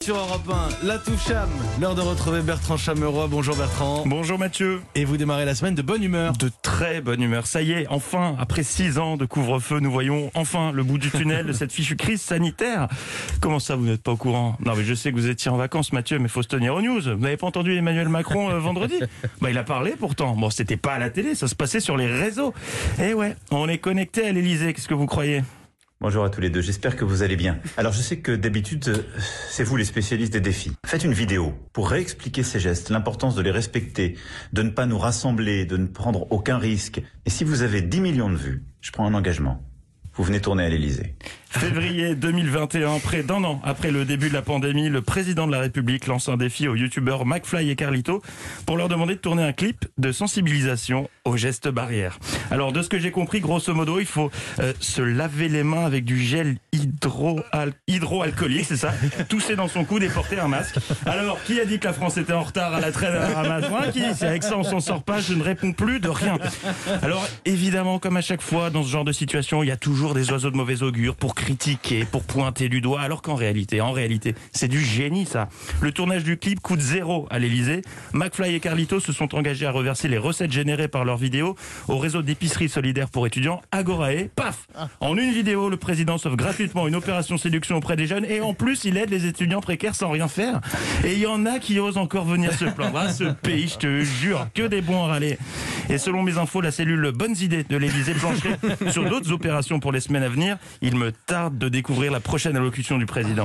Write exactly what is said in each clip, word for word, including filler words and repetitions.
Sur Europe un, la Toucham, l'heure de retrouver Bertrand Chameroy. Bonjour Bertrand. Bonjour Mathieu. Et vous démarrez la semaine de bonne humeur. De très bonne humeur. Ça y est, enfin, après six ans de couvre-feu, nous voyons enfin le bout du tunnel de cette fichue crise sanitaire. Comment ça, vous n'êtes pas au courant? Non mais je sais que vous étiez en vacances Mathieu, mais faut se tenir aux news. Vous n'avez pas entendu Emmanuel Macron euh, vendredi? Bah il a parlé pourtant. Bon, c'était pas à la télé, ça se passait sur les réseaux. Eh ouais, on est connecté à l'Elysée, qu'est-ce que vous croyez? Bonjour à tous les deux, j'espère que vous allez bien. Alors je sais que d'habitude, c'est vous les spécialistes des défis. Faites une vidéo pour réexpliquer ces gestes, l'importance de les respecter, de ne pas nous rassembler, de ne prendre aucun risque. Et si vous avez dix millions de vues, je prends un engagement. Vous venez tourner à l'Elysée. Février deux mille vingt et un, près d'un an après le début de la pandémie, le président de la République lance un défi aux youtubeurs McFly et Carlito pour leur demander de tourner un clip de sensibilisation aux gestes barrières. Alors de ce que j'ai compris, grosso modo, il faut euh, se laver les mains avec du gel hydro hydroalcoolique, c'est ça, tousser dans son coude et porter un masque. Alors, qui a dit que la France était en retard à la traîne à la ramasse? Hein, qui c'est avec ça on s'en sort pas, je ne réponds plus de rien. Alors évidemment, comme à chaque fois dans ce genre de situation, il y a toujours des oiseaux de mauvais augure pour critiquer, pour pointer du doigt, alors qu'en réalité, en réalité, c'est du génie ça. Le tournage du clip coûte zéro à l'Elysée. McFly et Carlito se sont engagés à reverser les recettes générées par leurs vidéos au réseau d'épicerie solidaire pour étudiants Agorae. Paf! En une vidéo, le président sauve gratuitement une opération séduction auprès des jeunes et en plus, il aide les étudiants précaires sans rien faire. Et il y en a qui osent encore venir se plaindre. Ah, ce pays, je te jure, que des bons à râler. Et selon mes infos, la cellule Bonnes idées de l'Elysée plancherait sur d'autres opérations pour les semaines à venir. Il me tarde de découvrir la prochaine allocution du président.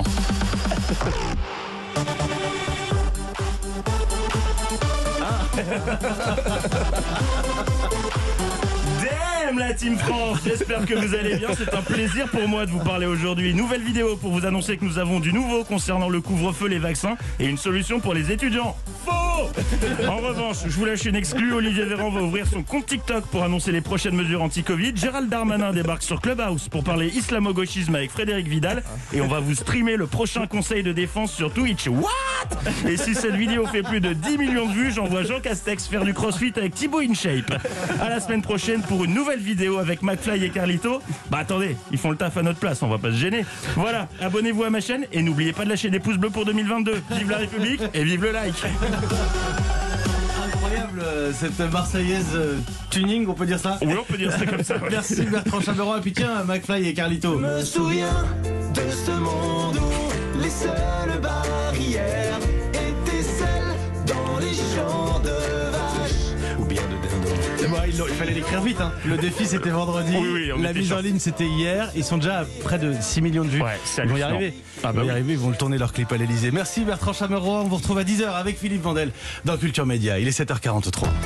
Damn la Team France, j'espère que vous allez bien, c'est un plaisir pour moi de vous parler aujourd'hui. Nouvelle vidéo pour vous annoncer que nous avons du nouveau concernant le couvre-feu, les vaccins et une solution pour les étudiants. Faux! En revanche, je vous lâche une exclue, Olivier Véran va ouvrir son compte TikTok pour annoncer les prochaines mesures anti-Covid. Gérald Darmanin débarque sur Clubhouse pour parler islamo-gauchisme avec Frédéric Vidal et on va vous streamer le prochain conseil de défense sur Twitch. What? Et si cette vidéo fait plus de dix millions de vues, j'envoie Jean Castex faire du crossfit avec Thibaut InShape. À la semaine prochaine pour une nouvelle vidéo avec McFly et Carlito. Bah attendez, ils font le taf à notre place, on va pas se gêner. Voilà, abonnez-vous à ma chaîne et n'oubliez pas de lâcher des pouces bleus pour deux mille vingt-deux. Vive la République et vive le like. Incroyable cette Marseillaise euh, tuning, on peut dire ça? Oui, on peut dire ça comme ça. Merci Bertrand Chameroy. Et puis tiens, McFly et Carlito. Je me souviens de ce monde où les seules barrières étaient celles dans les champs de vaches ou bien de dindons. Bon, il, il fallait l'écrire vite, hein. Le défi c'était vendredi, Oui, oui, on la était mise en chaud. ligne c'était hier. Ils sont déjà à près de six millions de vues. Ouais, c'est ils vont y hallucinant. arriver. Ah bah ils vont y oui. arriver, ils vont le tourner leur clip à l'Elysée. Merci Bertrand Chameroy, on vous retrouve à dix heures avec Philippe Vandel dans Culture Média. Il est sept heures quarante-trois.